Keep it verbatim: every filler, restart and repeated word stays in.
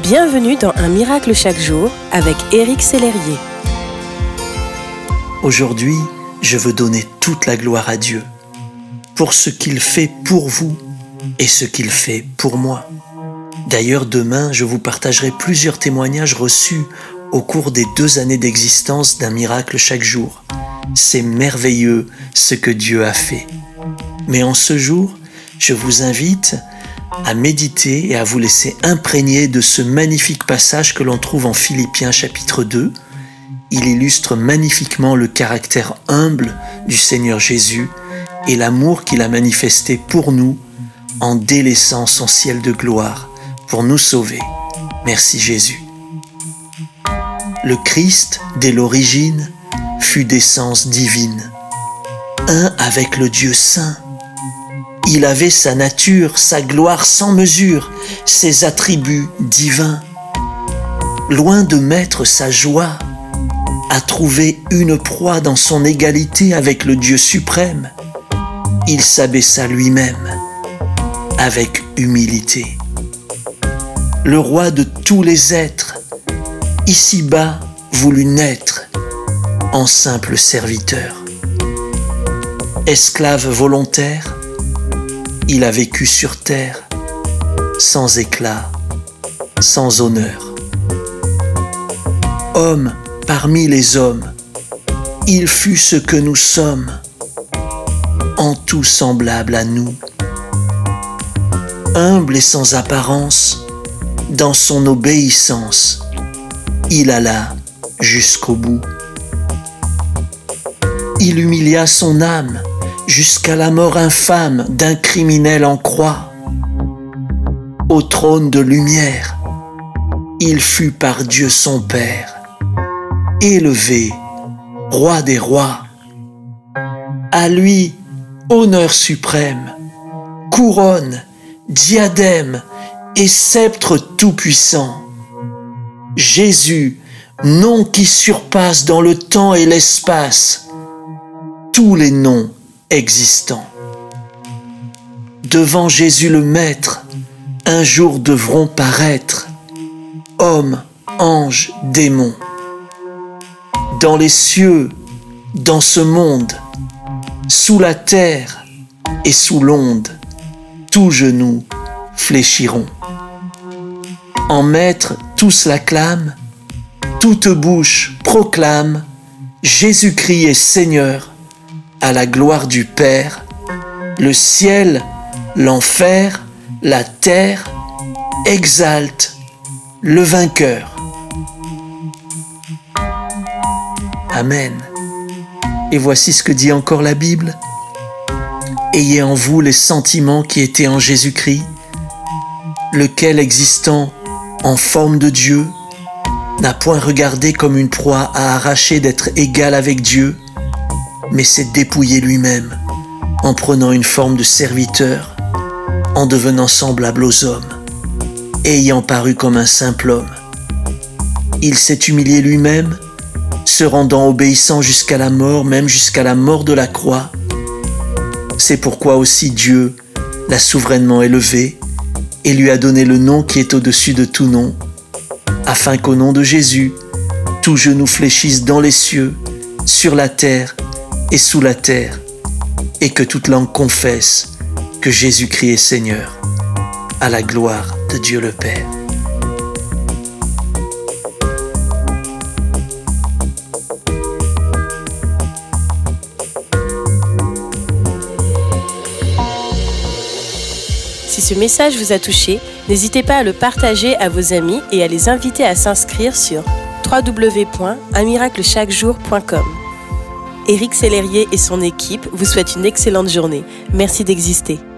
Bienvenue dans Un miracle chaque jour avec Éric Sellerier. Aujourd'hui, je veux donner toute la gloire à Dieu pour ce qu'il fait pour vous et ce qu'il fait pour moi. D'ailleurs, demain, je vous partagerai plusieurs témoignages reçus au cours des deux années d'existence d'Un miracle chaque jour. C'est merveilleux ce que Dieu a fait. Mais en ce jour, je vous invite à méditer et à vous laisser imprégner de ce magnifique passage que l'on trouve en Philippiens chapitre deux. Il illustre magnifiquement le caractère humble du Seigneur Jésus et l'amour qu'il a manifesté pour nous en délaissant son ciel de gloire pour nous sauver. Merci Jésus. Le Christ, dès l'origine, fut d'essence divine, un avec le Dieu saint. Il avait sa nature, sa gloire sans mesure, ses attributs divins. Loin de mettre sa joie à trouver une proie dans son égalité avec le Dieu suprême, il s'abaissa lui-même avec humilité. Le roi de tous les êtres, ici-bas, voulut naître en simple serviteur. Esclave volontaire, il a vécu sur terre, sans éclat, sans honneur. Homme parmi les hommes, il fut ce que nous sommes, en tout semblable à nous. Humble et sans apparence, dans son obéissance, il alla jusqu'au bout. Il humilia son âme jusqu'à la mort infâme d'un criminel en croix. Au trône de lumière, il fut par Dieu son Père, élevé, roi des rois. À lui, honneur suprême, couronne, diadème et sceptre tout-puissant. Jésus, nom qui surpasse dans le temps et l'espace tous les noms existants. Devant Jésus le Maître, un jour devront paraître hommes, anges, démons. Dans les cieux, dans ce monde, sous la terre et sous l'onde, tous genoux fléchiront. En Maître, tous l'acclament, toute bouche proclame Jésus-Christ est Seigneur, à la gloire du Père, le ciel, l'enfer, la terre exaltent le vainqueur. Amen. Et voici ce que dit encore la Bible. Ayez en vous les sentiments qui étaient en Jésus-Christ, lequel existant en forme de Dieu, n'a point regardé comme une proie à arracher d'être égal avec Dieu, mais s'est dépouillé lui-même en prenant une forme de serviteur, en devenant semblable aux hommes, ayant paru comme un simple homme. Il s'est humilié lui-même, se rendant obéissant jusqu'à la mort, même jusqu'à la mort de la croix. C'est pourquoi aussi Dieu l'a souverainement élevé et lui a donné le nom qui est au-dessus de tout nom, afin qu'au nom de Jésus, tout genou fléchisse dans les cieux, sur la terre et sous la terre, et que toute langue confesse que Jésus-Christ est Seigneur, à la gloire de Dieu le Père. Si ce message vous a touché, n'hésitez pas à le partager à vos amis et à les inviter à s'inscrire sur w w w point un miracle chaque jour point com. Éric Sellerier et son équipe vous souhaitent une excellente journée. Merci d'exister.